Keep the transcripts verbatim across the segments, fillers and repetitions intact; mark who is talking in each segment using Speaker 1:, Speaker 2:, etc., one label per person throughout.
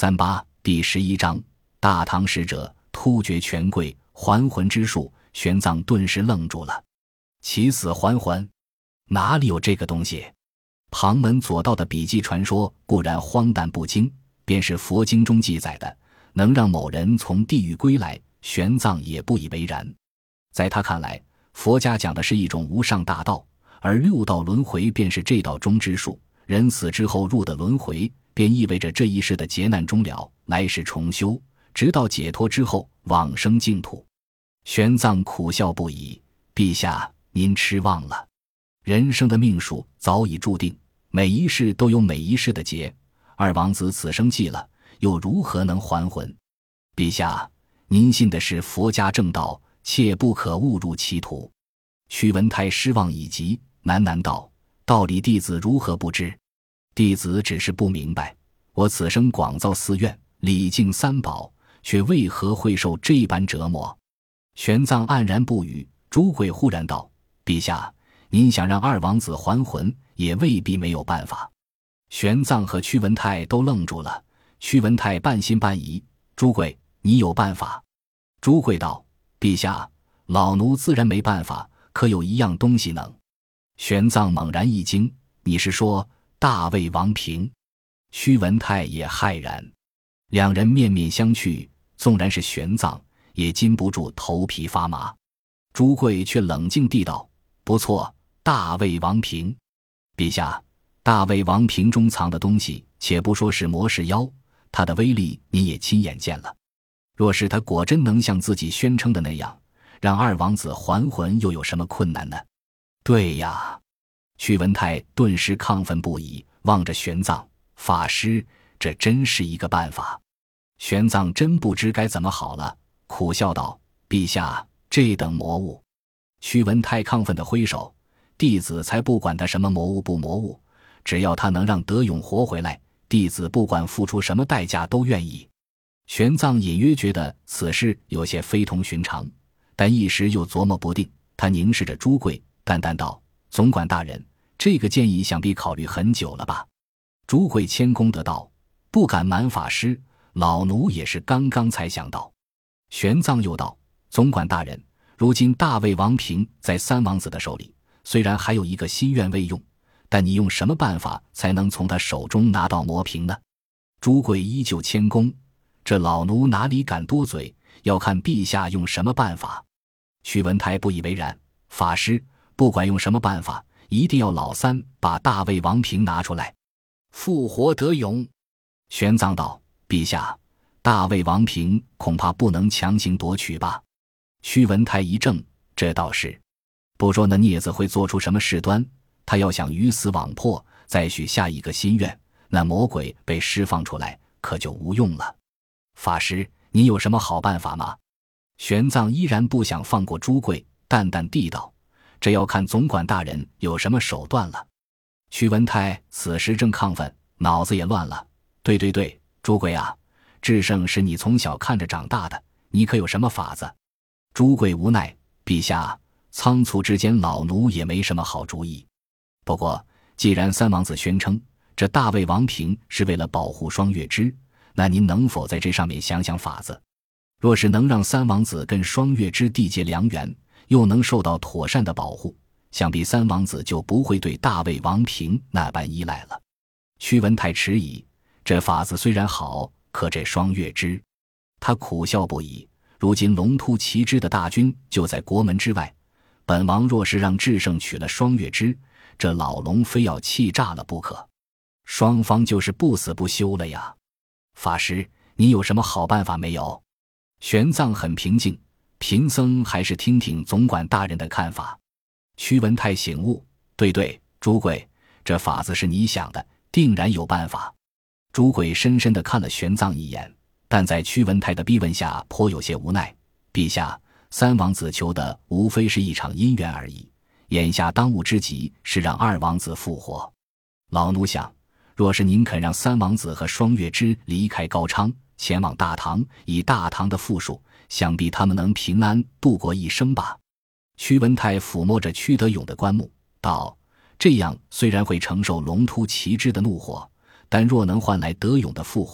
Speaker 1: 三八第十一章，大唐使者突厥权贵还魂之术。玄奘顿时愣住了。起死还魂？哪里有这个东西？旁门左道的笔记传说固然荒诞不经，便是佛经中记载的能让某人从地狱归来，玄奘也不以为然。在他看来，佛家讲的是一种无上大道，而六道轮回便是这道中之术。人死之后入的轮回，便意味着这一世的劫难终了，来世重修，直到解脱之后往生净土。玄奘苦笑不已，陛下，您痴妄了。人生的命数早已注定，每一世都有每一世的劫，二王子此生寂了，又如何能还魂？陛下，您信的是佛家正道，切不可误入歧途。屈文泰失望已极，喃喃道：道理弟子如何不知？弟子只是不明白，我此生广造寺院，礼敬三宝，却为何会受这般折磨？玄奘黯然不语。朱贵忽然道：陛下，您想让二王子还魂，也未必没有办法。玄奘和屈文泰都愣住了。屈文泰半信半疑：朱贵，你有办法？朱贵道：陛下，老奴自然没办法，可有一样东西能。玄奘猛然一惊：你是说大魏王平？屈文泰也骇然，两人面面相觑，纵然是玄奘也禁不住头皮发麻。朱贵却冷静地道：不错，大魏王平。陛下，大魏王平中藏的东西，且不说是魔是妖，他的威力您也亲眼见了。若是他果真能像自己宣称的那样，让二王子还魂，又有什么困难呢？对呀。屈文泰顿时亢奋不已，望着玄奘：法师，这真是一个办法。玄奘真不知该怎么好了，苦笑道：陛下，这等魔物。屈文泰亢奋地挥手：弟子才不管他什么魔物不魔物，只要他能让德勇活回来，弟子不管付出什么代价都愿意。玄奘隐约觉得此事有些非同寻常，但一时又琢磨不定。他凝视着朱贵，淡淡道：总管大人，这个建议想必考虑很久了吧？朱贵谦恭得道：不敢瞒法师，老奴也是刚刚才想到。玄奘又道：总管大人，如今大魏王平在三王子的手里，虽然还有一个心愿未用，但你用什么办法才能从他手中拿到魔瓶呢？朱贵依旧谦恭：这老奴哪里敢多嘴，要看陛下用什么办法。屈文泰不以为然：法师，不管用什么办法，一定要老三把大魏王瓶拿出来，复活德勇。玄奘道：陛下，大魏王瓶恐怕不能强行夺取吧？屈文泰一怔：这倒是。不说那孽子会做出什么事端，他要想鱼死网破，再许下一个心愿，那魔鬼被释放出来，可就无用了。法师，您有什么好办法吗？玄奘依然不想放过朱贵，淡淡地道：这要看总管大人有什么手段了。屈文泰此时正亢奋，脑子也乱了。对对对，朱贵啊，智胜是你从小看着长大的，你可有什么法子？朱贵无奈：陛下，仓促之间老奴也没什么好主意。不过既然三王子宣称这大魏王瓶是为了保护双月枝，那您能否在这上面想想法子？若是能让三王子跟双月枝缔结良缘，又能受到妥善的保护，想必三王子就不会对大魏王瓶那般依赖了。屈文泰迟疑：这法子虽然好，可这双月枝……他苦笑不已。如今龙突骑支的大军就在国门之外，本王若是让智胜取了双月枝，这老龙非要气炸了不可。双方就是不死不休了呀。法师，你有什么好办法没有？玄奘很平静：贫僧还是听听总管大人的看法。屈文泰醒悟：对对，朱贵，这法子是你想的，定然有办法。朱贵深深地看了玄奘一眼，但在屈文泰的逼问下颇有些无奈：陛下，三王子求的无非是一场姻缘而已，眼下当务之急是让二王子复活。老奴想，若是您肯让三王子和双月枝离开高昌，前往大唐，以大唐的富庶，想必他们能平安度过一生吧。屈文泰抚摸着屈德勇的棺木道：这样虽然会承受龙突骑支的怒火，但若能换来德勇的复活，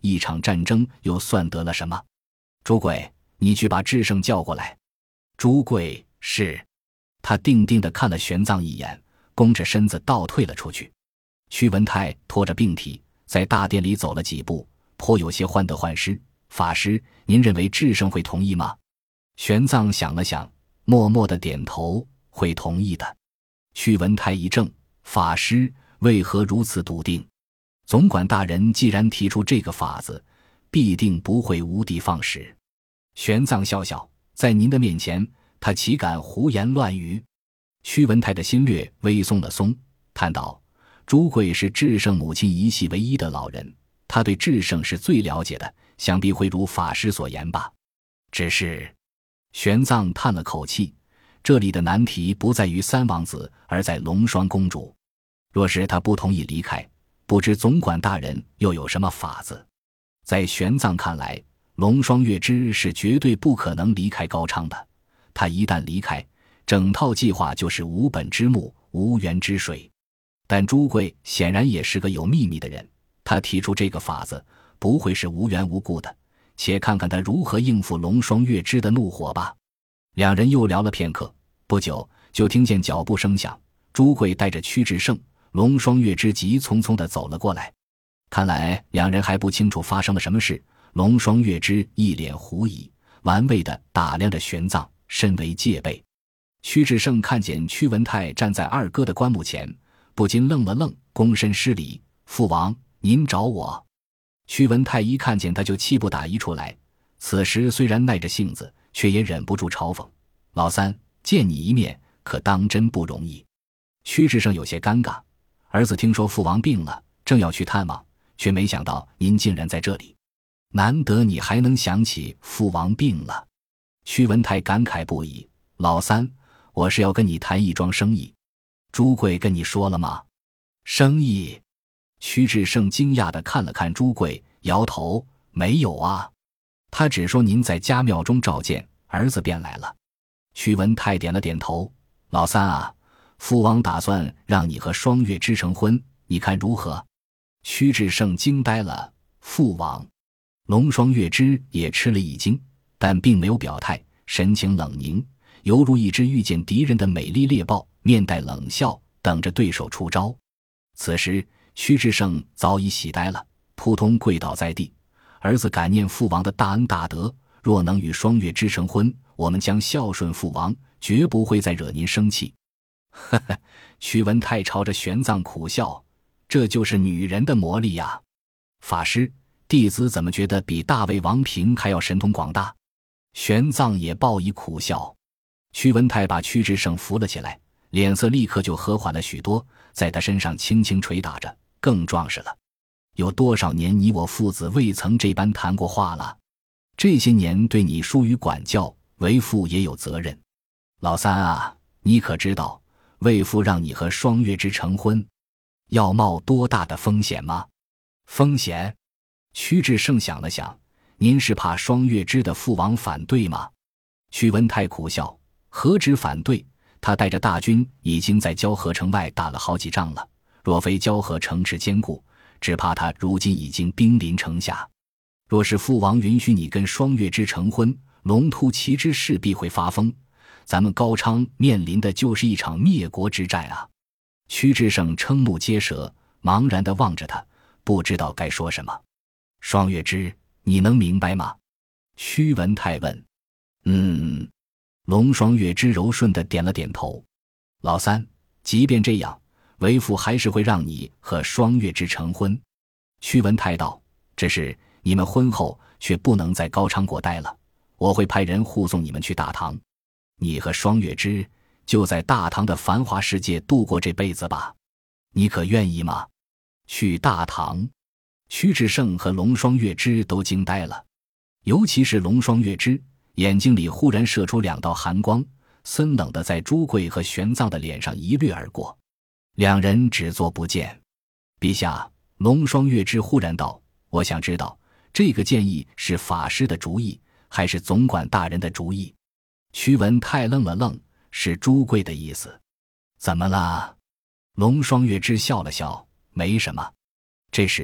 Speaker 1: 一场战争又算得了什么？朱贵，你去把智胜叫过来。朱贵，是。他定定地看了玄奘一眼，弓着身子倒退了出去。屈文泰拖着病体在大殿里走了几步，颇有些患得患失。法师，您认为智胜会同意吗？玄奘想了想，默默地点头，会同意的。屈文泰一怔，法师为何如此笃定？总管大人既然提出这个法子，必定不会无的放矢。玄奘笑笑，在您的面前，他岂敢胡言乱语？屈文泰的心略微松了松，叹道：朱贵是智胜母亲一系唯一的老人，他对智胜是最了解的，想必会如法师所言吧。只是，玄奘叹了口气，这里的难题不在于三王子，而在龙双公主。若是他不同意离开，不知总管大人又有什么法子？在玄奘看来，龙双月枝是绝对不可能离开高昌的。他一旦离开，整套计划就是无本之木，无源之水。但朱贵显然也是个有秘密的人，他提出这个法子，不会是无缘无故的。且看看他如何应付龙双月枝的怒火吧。两人又聊了片刻，不久就听见脚步声响，朱贵带着屈志胜、龙双月枝急匆匆地走了过来。看来两人还不清楚发生了什么事。龙双月枝一脸狐疑，玩味地打量着玄奘，深为戒备。屈志胜看见屈文泰站在二哥的棺木前，不禁愣了愣，躬身施礼：父王，您找我。屈文泰一看见他就气不打一处来，此时虽然耐着性子，却也忍不住嘲讽：老三，见你一面可当真不容易。屈志胜有些尴尬，儿子听说父王病了，正要去探望，却没想到您竟然在这里，难得你还能想起父王病了。屈文泰感慨不已：老三，我是要跟你谈一桩生意。朱贵跟你说了吗？生意？屈志胜惊讶地看了看朱贵，摇头：没有啊，他只说您在家庙中召见，儿子便来了。屈文泰点了点头：老三啊，父王打算让你和双月枝成婚，你看如何？屈志胜惊呆了：父王？龙双月枝也吃了一惊，但并没有表态，神情冷凝，犹如一只遇见敌人的美丽猎豹，面带冷笑，等着对手出招。此时屈志胜早已喜呆了，扑通跪倒在地：儿子感念父王的大恩大德，若能与双月枝成婚，我们将孝顺父王，绝不会再惹您生气。呵呵，屈文泰朝着玄奘苦笑：这就是女人的魔力呀。法师，弟子怎么觉得比大魏王平还要神通广大？玄奘也报以苦笑。屈文泰把屈志胜扶了起来，脸色立刻就和缓了许多，在他身上轻轻捶打着：更壮实了。有多少年你我父子未曾这般谈过话了？这些年对你疏于管教，为父也有责任。老三啊，你可知道为父让你和双月枝成婚，要冒多大的风险吗？风险？屈志胜想了想：您是怕双月枝的父王反对吗？屈文泰苦笑：何止反对，他带着大军已经在交河城外打了好几仗了，若非交河城池坚固，只怕他如今已经兵临城下。若是父王允许你跟双月枝成婚，龙突骑之势必会发疯，咱们高昌面临的就是一场灭国之战啊！屈志胜瞠目结舌，茫然地望着他，不知道该说什么。双月枝，你能明白吗？屈文泰问。嗯。龙双月枝柔顺地点了点头。老三，即便这样，为父还是会让你和双月枝成婚。屈文泰道：只是你们婚后却不能在高昌国待了，我会派人护送你们去大唐。你和双月枝就在大唐的繁华世界度过这辈子吧，你可愿意吗？去大唐？屈志胜和龙双月枝都惊呆了，尤其是龙双月枝，眼睛里忽然射出两道寒光，森冷地在朱贵和玄奘的脸上一掠而过。两人只作不见。陛下，龙双月枝忽然道：我想知道，这个建议是法师的主意，还是总管大人的主意？屈文泰愣了愣：是朱贵的意思。怎么了？龙双月枝笑了笑：没什么。这时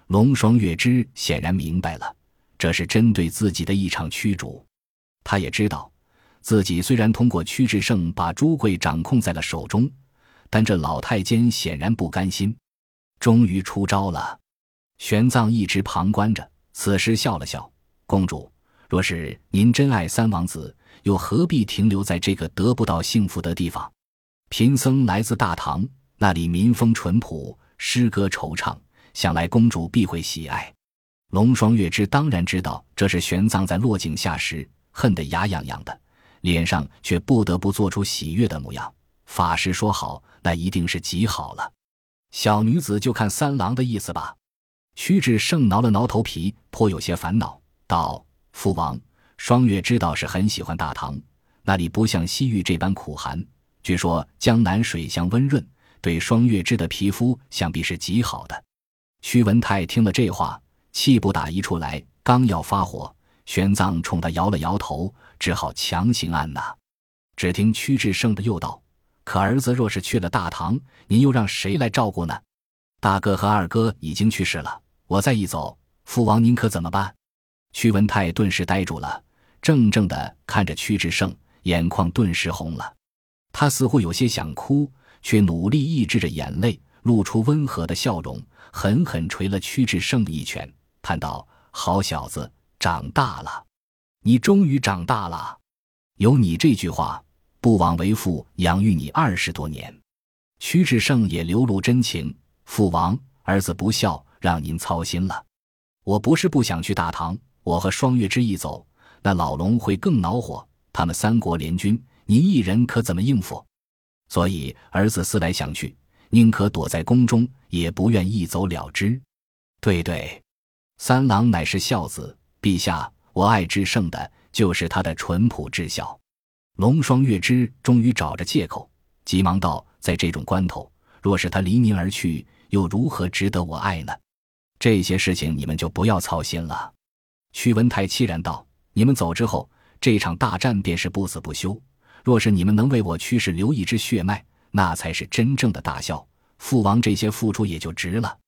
Speaker 1: 龙双月之显然明白了，这是针对自己的一场驱逐。他也知道，自己虽然通过屈志胜把朱贵掌控在了手中，但这老太监显然不甘心。终于出招了。玄奘一直旁观着，此时笑了笑：公主，若是您真爱三王子，又何必停留在这个得不到幸福的地方？贫僧来自大唐，那里民风淳朴，诗歌惆怅，想来公主必会喜爱。龙双月之当然知道这是玄奘在落井下石，恨得牙痒痒的，脸上却不得不做出喜悦的模样。法师说好，那一定是极好了。小女子就看三郎的意思吧。屈志胜挠了挠头皮，颇有些烦恼，道：父王，双月知道是很喜欢大唐，那里不像西域这般苦寒，据说江南水乡温润，对双月之的皮肤想必是极好的。屈文泰听了这话，气不打一处来，刚要发火，玄奘冲他摇了摇头，只好强行按捺。只听屈志胜的又道：可儿子若是去了大唐，您又让谁来照顾呢？大哥和二哥已经去世了，我再一走，父王您可怎么办？屈文泰顿时呆住了，怔怔地看着屈志胜，眼眶顿时红了。他似乎有些想哭，却努力抑制着眼泪，露出温和的笑容，狠狠捶了屈志胜一拳，叹道：好小子，长大了，你终于长大了，有你这句话，不枉为父养育你二十多年。屈志胜也流露真情：父王，儿子不孝，让您操心了。我不是不想去大唐，我和双月之一走，那老龙会更恼火，他们三国联军，您一人可怎么应付？所以儿子思来想去，宁可躲在宫中，也不愿一走了之。对对，三郎乃是孝子，陛下，我爱之胜的就是他的淳朴至孝。龙双月之终于找着借口，急忙道：在这种关头，若是他离您而去，又如何值得我爱呢？这些事情你们就不要操心了。屈文泰凄然道：你们走之后，这场大战便是不死不休，若是你们能为我驱使留一支血脉，那才是真正的大孝，父王这些付出也就值了。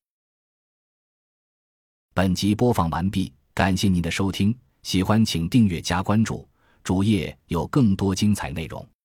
Speaker 1: 本集播放完毕，感谢您的收听，喜欢请订阅加关注，主页有更多精彩内容。